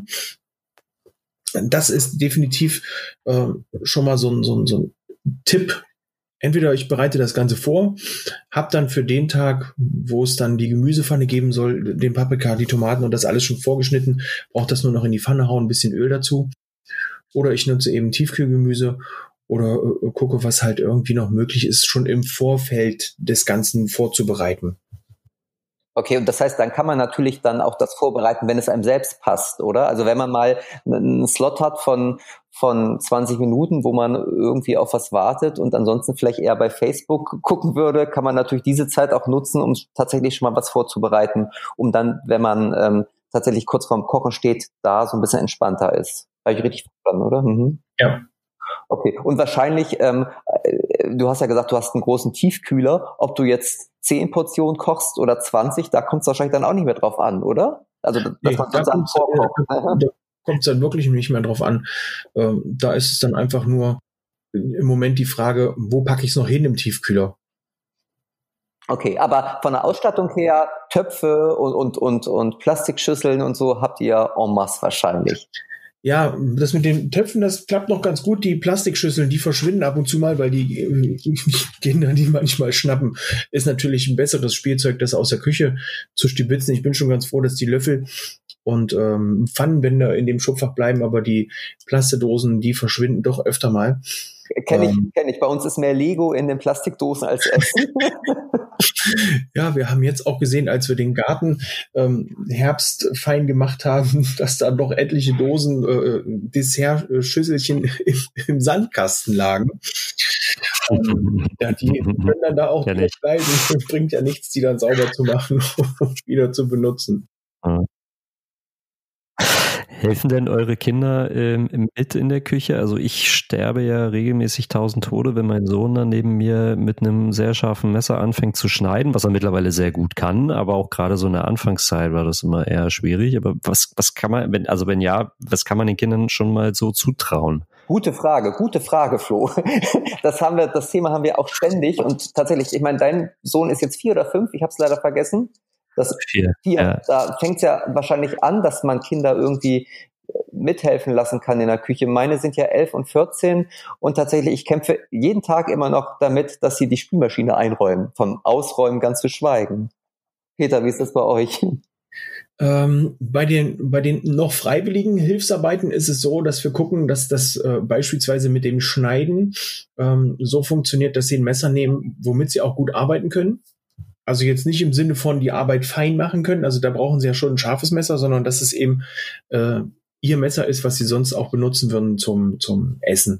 Das ist definitiv äh, schon mal so ein, so, ein, so ein Tipp. Entweder ich bereite das Ganze vor, habe dann für den Tag, wo es dann die Gemüsepfanne geben soll, den Paprika, die Tomaten und das alles schon vorgeschnitten, brauche das nur noch in die Pfanne hauen, ein bisschen Öl dazu. Oder ich nutze eben Tiefkühlgemüse oder äh, gucke, was halt irgendwie noch möglich ist, schon im Vorfeld des Ganzen vorzubereiten. Okay, und das heißt, dann kann man natürlich dann auch das vorbereiten, wenn es einem selbst passt, oder? Also wenn man mal einen Slot hat von von zwanzig Minuten, wo man irgendwie auf was wartet und ansonsten vielleicht eher bei Facebook gucken würde, kann man natürlich diese Zeit auch nutzen, um tatsächlich schon mal was vorzubereiten, um dann, wenn man ähm, tatsächlich kurz vorm Kochen steht, da so ein bisschen entspannter ist. Habe ich richtig verstanden, oder? Mhm. Ja. Okay, und wahrscheinlich, ähm, du hast ja gesagt, du hast einen großen Tiefkühler. Ob du jetzt zehn Portionen kochst oder zwanzig, da kommt es wahrscheinlich dann auch nicht mehr drauf an, oder? Also, dass nee, man da dann vorkocht. Da kommt es dann wirklich nicht mehr drauf an. Ähm, da ist es dann einfach nur im Moment die Frage, wo packe ich es noch hin im Tiefkühler? Okay, aber von der Ausstattung her, Töpfe und, und, und, und Plastikschüsseln und so habt ihr en masse wahrscheinlich. Ja, das mit den Töpfen, das klappt noch ganz gut. Die Plastikschüsseln, die verschwinden ab und zu mal, weil die äh, Kinder die manchmal schnappen. Ist natürlich ein besseres Spielzeug, das aus der Küche zu stibitzen. Ich bin schon ganz froh, dass die Löffel und ähm, Pfannenwände in dem Schubfach bleiben, aber die Plastedosen, die verschwinden doch öfter mal. Kenn ich, ähm, kenn ich. Bei uns ist mehr Lego in den Plastikdosen als Essen. Ja, wir haben jetzt auch gesehen, als wir den Garten ähm, herbstfein gemacht haben, dass da doch etliche Dosen äh, Dessert-Schüsselchen im, im Sandkasten lagen. Ähm, ja, die können dann da auch ja nicht bleiben. Bringt ja nichts, die dann sauber zu machen und wieder zu benutzen. Ja. Helfen denn eure Kinder ähm, mit in der Küche? Also ich sterbe ja regelmäßig tausend Tode, wenn mein Sohn dann neben mir mit einem sehr scharfen Messer anfängt zu schneiden, was er mittlerweile sehr gut kann, aber auch gerade so in der Anfangszeit war das immer eher schwierig. Aber was, was kann man, wenn, also wenn ja, was kann man den Kindern schon mal so zutrauen? Gute Frage, gute Frage, Flo. Das haben wir, das Thema haben wir auch ständig und tatsächlich, ich meine, dein Sohn ist jetzt vier oder fünf, ich habe es leider vergessen. Das vier. vier. Ja. Da fängt es ja wahrscheinlich an, dass man Kinder irgendwie mithelfen lassen kann in der Küche. Meine sind ja elf und vierzehn und tatsächlich, ich kämpfe jeden Tag immer noch damit, dass sie die Spülmaschine einräumen. Vom Ausräumen ganz zu schweigen. Peter, wie ist das bei euch? Ähm, bei den bei den noch freiwilligen Hilfsarbeiten ist es so, dass wir gucken, dass das äh, beispielsweise mit dem Schneiden ähm, so funktioniert, dass sie ein Messer nehmen, womit sie auch gut arbeiten können. Also jetzt nicht im Sinne von die Arbeit fein machen können, also da brauchen sie ja schon ein scharfes Messer, sondern dass es eben äh, ihr Messer ist, was sie sonst auch benutzen würden zum zum Essen.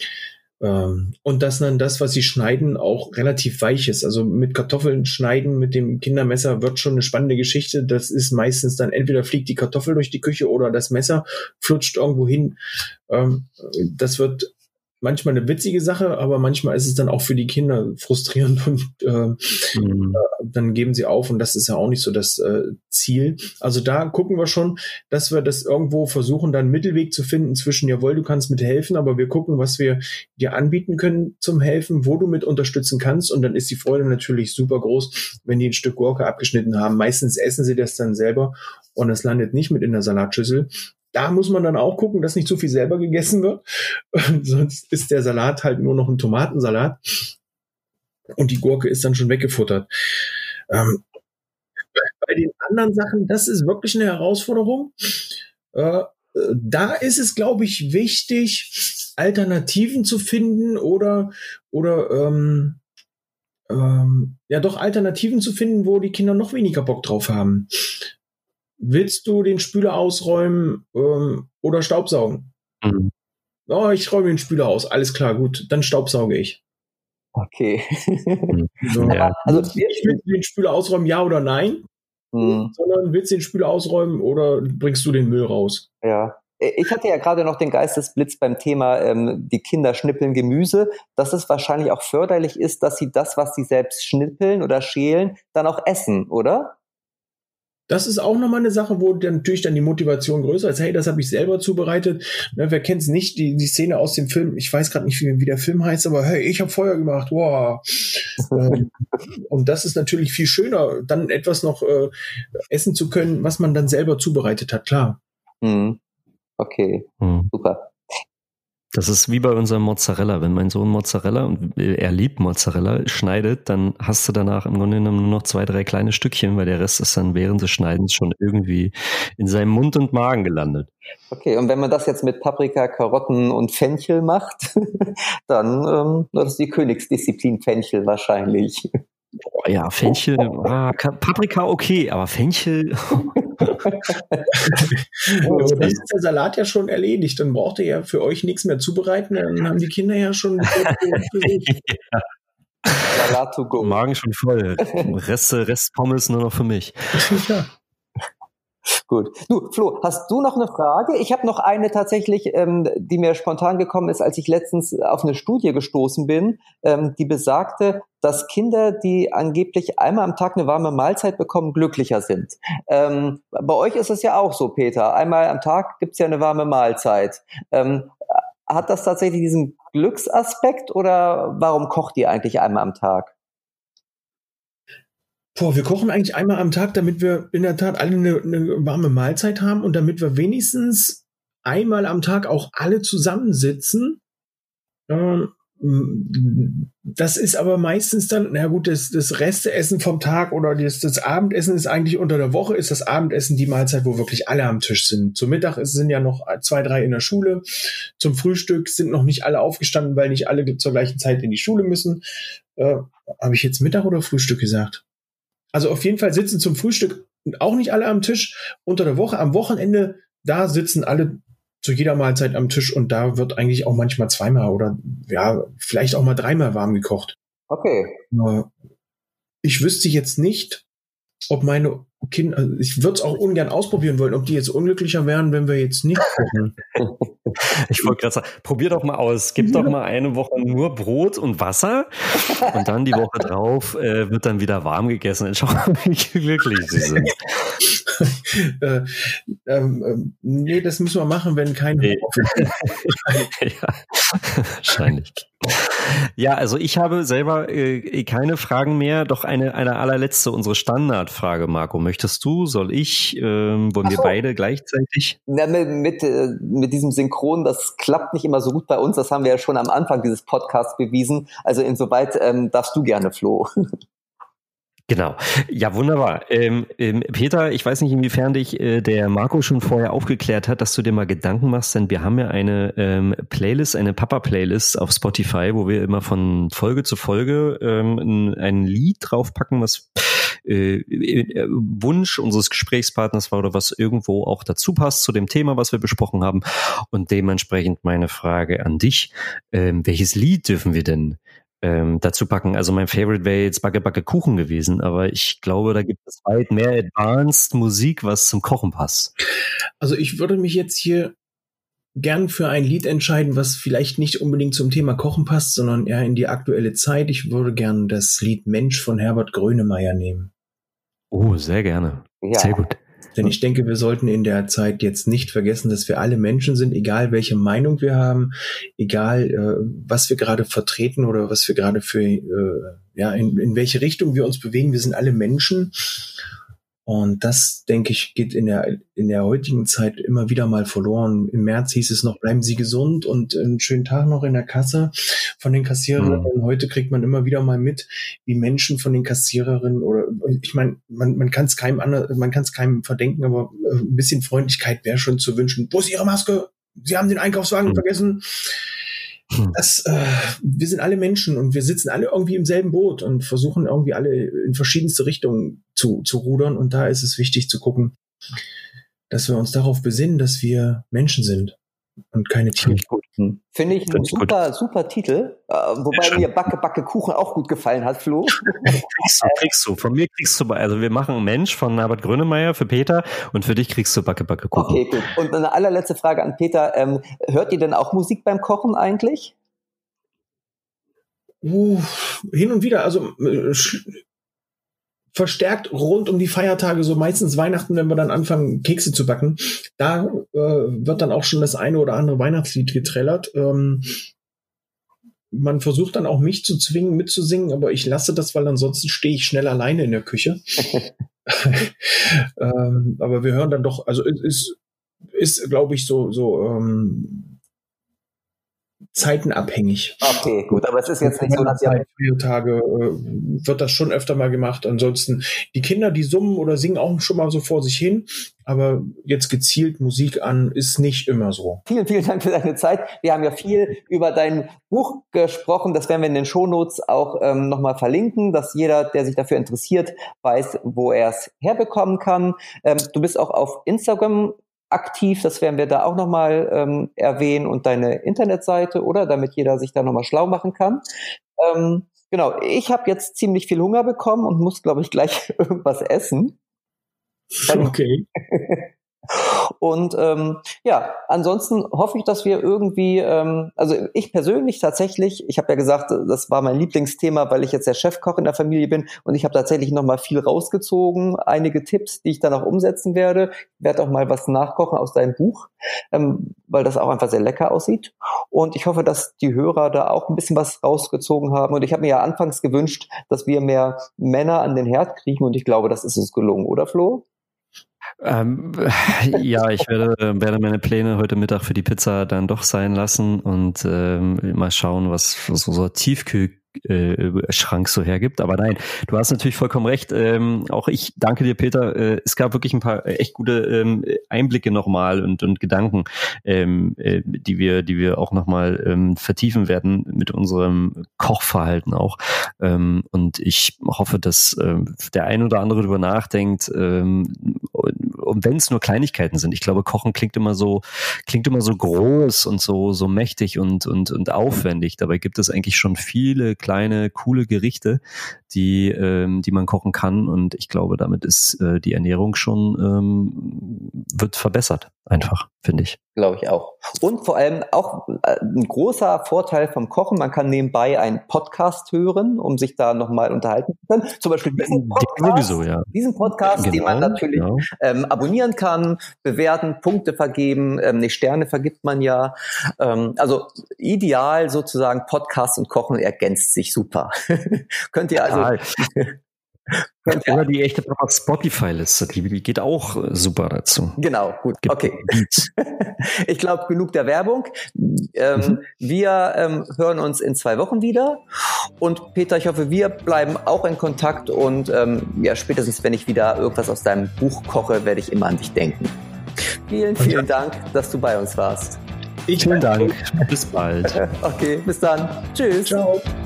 Ähm, und dass dann das, was sie schneiden, auch relativ weich ist. Also mit Kartoffeln schneiden mit dem Kindermesser wird schon eine spannende Geschichte. Das ist meistens dann entweder fliegt die Kartoffel durch die Küche oder das Messer flutscht irgendwo hin. Ähm, das wird manchmal eine witzige Sache, aber manchmal ist es dann auch für die Kinder frustrierend und äh, mhm. äh, dann geben sie auf und das ist ja auch nicht so das äh, Ziel. Also da gucken wir schon, dass wir das irgendwo versuchen, dann einen Mittelweg zu finden zwischen, jawohl, du kannst mit helfen, aber wir gucken, was wir dir anbieten können zum Helfen, wo du mit unterstützen kannst und dann ist die Freude natürlich super groß, wenn die ein Stück Gurke abgeschnitten haben. Meistens essen sie das dann selber und es landet nicht mit in der Salatschüssel. Da muss man dann auch gucken, dass nicht zu viel selber gegessen wird. Sonst ist der Salat halt nur noch ein Tomatensalat. Und die Gurke ist dann schon weggefuttert. Ähm, bei den anderen Sachen, das ist wirklich eine Herausforderung. Äh, da ist es, glaube ich, wichtig, Alternativen zu finden oder, oder ähm, ähm, ja doch Alternativen zu finden, wo die Kinder noch weniger Bock drauf haben. Willst du den Spüler ausräumen ähm, oder staubsaugen? Mhm. Oh, ich räume den Spüler aus. Alles klar, gut. Dann staubsauge ich. Okay. So. Ja. Also ich will den Spüler ausräumen, ja oder nein? Mhm. Sondern willst du den Spüler ausräumen oder bringst du den Müll raus? Ja. Ich hatte ja gerade noch den Geistesblitz beim Thema, ähm, die Kinder schnippeln Gemüse, dass es wahrscheinlich auch förderlich ist, dass sie das, was sie selbst schnippeln oder schälen, dann auch essen, oder? Das ist auch nochmal eine Sache, wo dann natürlich dann die Motivation größer ist. Hey, das habe ich selber zubereitet. Ne, wer kennt es nicht, die, die Szene aus dem Film, ich weiß gerade nicht, wie, wie der Film heißt, aber hey, ich habe Feuer gemacht. Wow. ähm, und das ist natürlich viel schöner, dann etwas noch äh, essen zu können, was man dann selber zubereitet hat, klar. Hm. Okay, hm. Super. Das ist wie bei unserem Mozzarella. Wenn mein Sohn Mozzarella, und er liebt Mozzarella, schneidet, dann hast du danach im Grunde genommen nur noch zwei, drei kleine Stückchen, weil der Rest ist dann während des Schneidens schon irgendwie in seinem Mund und Magen gelandet. Okay, und wenn man das jetzt mit Paprika, Karotten und Fenchel macht, dann ähm, das ist die Königsdisziplin Fenchel wahrscheinlich. Boah, ja, Fenchel, ah, Paprika okay, aber Fenchel... Also das ist der Salat ja schon erledigt, dann braucht ihr ja für euch nichts mehr zubereiten, dann haben die Kinder ja schon für sich. Ja. Salat to go. Magen schon voll. Rest, Rest Pommes nur noch für mich. Ja. Gut. Du, Flo, hast du noch eine Frage? Ich habe noch eine tatsächlich, ähm, die mir spontan gekommen ist, als ich letztens auf eine Studie gestoßen bin, ähm, die besagte, dass Kinder, die angeblich einmal am Tag eine warme Mahlzeit bekommen, glücklicher sind. Ähm, bei euch ist es ja auch so, Peter. Einmal am Tag gibt's ja eine warme Mahlzeit. Ähm, hat das tatsächlich diesen Glücksaspekt oder warum kocht ihr eigentlich einmal am Tag? Boah, wir kochen eigentlich einmal am Tag, damit wir in der Tat alle eine, eine warme Mahlzeit haben und damit wir wenigstens einmal am Tag auch alle zusammensitzen. Ähm, das ist aber meistens dann, na gut, das, das Resteessen vom Tag oder das, das Abendessen ist eigentlich unter der Woche, ist das Abendessen die Mahlzeit, wo wirklich alle am Tisch sind. Zum Mittag sind ja noch zwei, drei in der Schule. Zum Frühstück sind noch nicht alle aufgestanden, weil nicht alle zur gleichen Zeit in die Schule müssen. Äh, habe ich jetzt Mittag oder Frühstück gesagt? Also auf jeden Fall sitzen zum Frühstück auch nicht alle am Tisch. Unter der Woche, am Wochenende, da sitzen alle zu jeder Mahlzeit am Tisch und da wird eigentlich auch manchmal zweimal oder ja, vielleicht auch mal dreimal warm gekocht. Okay. Ich wüsste jetzt nicht, ob meine Kinder, also ich würde es auch ungern ausprobieren wollen, ob die jetzt unglücklicher wären, wenn wir jetzt nicht kochen. Ich wollte gerade sagen, probier doch mal aus. Gib ja. doch mal eine Woche nur Brot und Wasser und dann die Woche drauf äh, wird dann wieder warm gegessen. Und schau mal, wie glücklich sie sind. äh, ähm, nee, das müssen wir machen, wenn kein nee. Ja, wahrscheinlich. Ja, also ich habe selber äh, keine Fragen mehr, doch eine, eine allerletzte, unsere Standardfrage, Marco. Möchtest du, soll ich, ähm, wollen so. wir beide gleichzeitig? Na, mit, mit, äh, mit diesem Synchron, das klappt nicht immer so gut bei uns, das haben wir ja schon am Anfang dieses Podcasts bewiesen, also insoweit ähm, darfst du gerne, Flo. Genau. Ja, wunderbar. Ähm, ähm, Peter, ich weiß nicht, inwiefern dich äh, der Marco schon vorher aufgeklärt hat, dass du dir mal Gedanken machst, denn wir haben ja eine ähm, Playlist, eine Papa-Playlist auf Spotify, wo wir immer von Folge zu Folge ähm, ein, ein Lied draufpacken, was äh, Wunsch unseres Gesprächspartners war oder was irgendwo auch dazu passt zu dem Thema, was wir besprochen haben. Und dementsprechend meine Frage an dich, ähm, welches Lied dürfen wir denn Ähm, dazu packen? Also mein Favorite wäre jetzt Backe Backe Kuchen gewesen, aber ich glaube, da gibt es weit mehr Advanced Musik, was zum Kochen passt. Also ich würde mich jetzt hier gern für ein Lied entscheiden, was vielleicht nicht unbedingt zum Thema Kochen passt, sondern eher in die aktuelle Zeit. Ich würde gern das Lied Mensch von Herbert Grönemeyer nehmen. Oh, sehr gerne. Ja. Sehr gut. Denn ich denke, wir sollten in der Zeit jetzt nicht vergessen, dass wir alle Menschen sind, egal welche Meinung wir haben, egal äh, was wir gerade vertreten oder was wir gerade für, äh, ja, in, in welche Richtung wir uns bewegen. Wir sind alle Menschen. Und das, denke ich, geht in der, in der heutigen Zeit immer wieder mal verloren. Im März hieß es noch, bleiben Sie gesund und einen schönen Tag noch in der Kasse von den Kassiererinnen. Mhm. Heute kriegt man immer wieder mal mit, wie Menschen von den Kassiererinnen oder, ich meine, man, man kann es keinem anderen, man kann es keinem verdenken, aber ein bisschen Freundlichkeit wäre schon zu wünschen. Wo ist Ihre Maske? Sie haben den Einkaufswagen mhm. vergessen. Das, äh, wir sind alle Menschen und wir sitzen alle irgendwie im selben Boot und versuchen irgendwie alle in verschiedenste Richtungen zu, zu rudern. Und da ist es wichtig zu gucken, dass wir uns darauf besinnen, dass wir Menschen sind und keine Tiere. Hm. Finde ich ein super, gut. super Titel. Äh, wobei mir Backe, Backe Kuchen auch gut gefallen hat, Flo. kriegst du, kriegst du. Von mir kriegst du, also wir machen einen Mensch von Herbert Grönemeyer für Peter und für dich kriegst du Backe, Backe Kuchen. Okay, gut. Und eine allerletzte Frage an Peter. Ähm, hört ihr denn auch Musik beim Kochen eigentlich? Uh, hin und wieder, also äh, verstärkt rund um die Feiertage, so meistens Weihnachten, wenn wir dann anfangen, Kekse zu backen, da äh, wird dann auch schon das eine oder andere Weihnachtslied getrellert. Ähm, man versucht dann auch mich zu zwingen, mitzusingen, aber ich lasse das, weil ansonsten stehe ich schnell alleine in der Küche. ähm, aber wir hören dann doch, also es ist, ist glaube ich, so, so ähm, zeitenabhängig. Okay, gut, aber es ist jetzt nicht so, dass ja Feiertage äh, wird das schon öfter mal gemacht. Ansonsten die Kinder, die summen oder singen auch schon mal so vor sich hin, aber jetzt gezielt Musik an ist nicht immer so. Vielen, vielen Dank für deine Zeit. Wir haben ja viel über dein Buch gesprochen. Das werden wir in den Shownotes auch ähm, nochmal verlinken, dass jeder, der sich dafür interessiert, weiß, wo er es herbekommen kann. Ähm, du bist auch auf Instagram aktiv, das werden wir da auch nochmal ähm, erwähnen und deine Internetseite, oder? Damit jeder sich da nochmal schlau machen kann. Ähm, genau, ich habe jetzt ziemlich viel Hunger bekommen und muss, glaube ich, gleich irgendwas essen. Okay. Und ähm, ja, ansonsten hoffe ich, dass wir irgendwie, ähm, also ich persönlich tatsächlich, ich habe ja gesagt, das war mein Lieblingsthema, weil ich jetzt der Chefkoch in der Familie bin und ich habe tatsächlich nochmal viel rausgezogen, einige Tipps, die ich dann auch umsetzen werde. Ich werde auch mal was nachkochen aus deinem Buch, ähm, weil das auch einfach sehr lecker aussieht. Und ich hoffe, dass die Hörer da auch ein bisschen was rausgezogen haben. Und ich habe mir ja anfangs gewünscht, dass wir mehr Männer an den Herd kriegen und ich glaube, das ist uns gelungen, oder Flo? Ähm, ja, ich werde, werde meine Pläne heute Mittag für die Pizza dann doch sein lassen und ähm, mal schauen, was so, so Tiefkühl äh, Schrank so hergibt. Aber nein, du hast natürlich vollkommen recht. Ähm, auch ich danke dir, Peter. Äh, es gab wirklich ein paar echt gute ähm, Einblicke nochmal und, und Gedanken, ähm, äh, die wir, die wir auch nochmal ähm, vertiefen werden mit unserem Kochverhalten auch. Ähm, und ich hoffe, dass ähm, der ein oder andere darüber nachdenkt, ähm, und wenn es nur Kleinigkeiten sind. Ich glaube, Kochen klingt immer so, klingt immer so groß und so, so mächtig und, und, und aufwendig. Dabei gibt es eigentlich schon viele kleine, coole Gerichte, die, ähm, die man kochen kann. Und ich glaube, damit ist äh, die Ernährung schon, ähm, wird verbessert. Einfach, finde ich. Glaube ich auch. Und vor allem auch ein großer Vorteil vom Kochen, man kann nebenbei einen Podcast hören, um sich da nochmal unterhalten zu können. Zum Beispiel diesen Podcast, sowieso, ja. diesen Podcast, genau, den man natürlich genau. ähm, abonnieren kann, bewerten, Punkte vergeben, ähm, nee, Sterne vergibt man ja. Ähm, also ideal sozusagen, Podcast und Kochen ergänzt sich super. Könnt ihr also Oder die echte Papa Spotify-Liste, die, die geht auch super dazu. Genau, gut, okay. Ich glaube, genug der Werbung. Ähm, mhm. Wir ähm, hören uns in zwei Wochen wieder. Und Peter, ich hoffe, wir bleiben auch in Kontakt. Und ähm, ja, spätestens, wenn ich wieder irgendwas aus deinem Buch koche, werde ich immer an dich denken. Vielen, vielen Dank, dass du bei uns warst. Ich vielen Dank. Bis bald. Okay, bis dann. Tschüss. Ciao.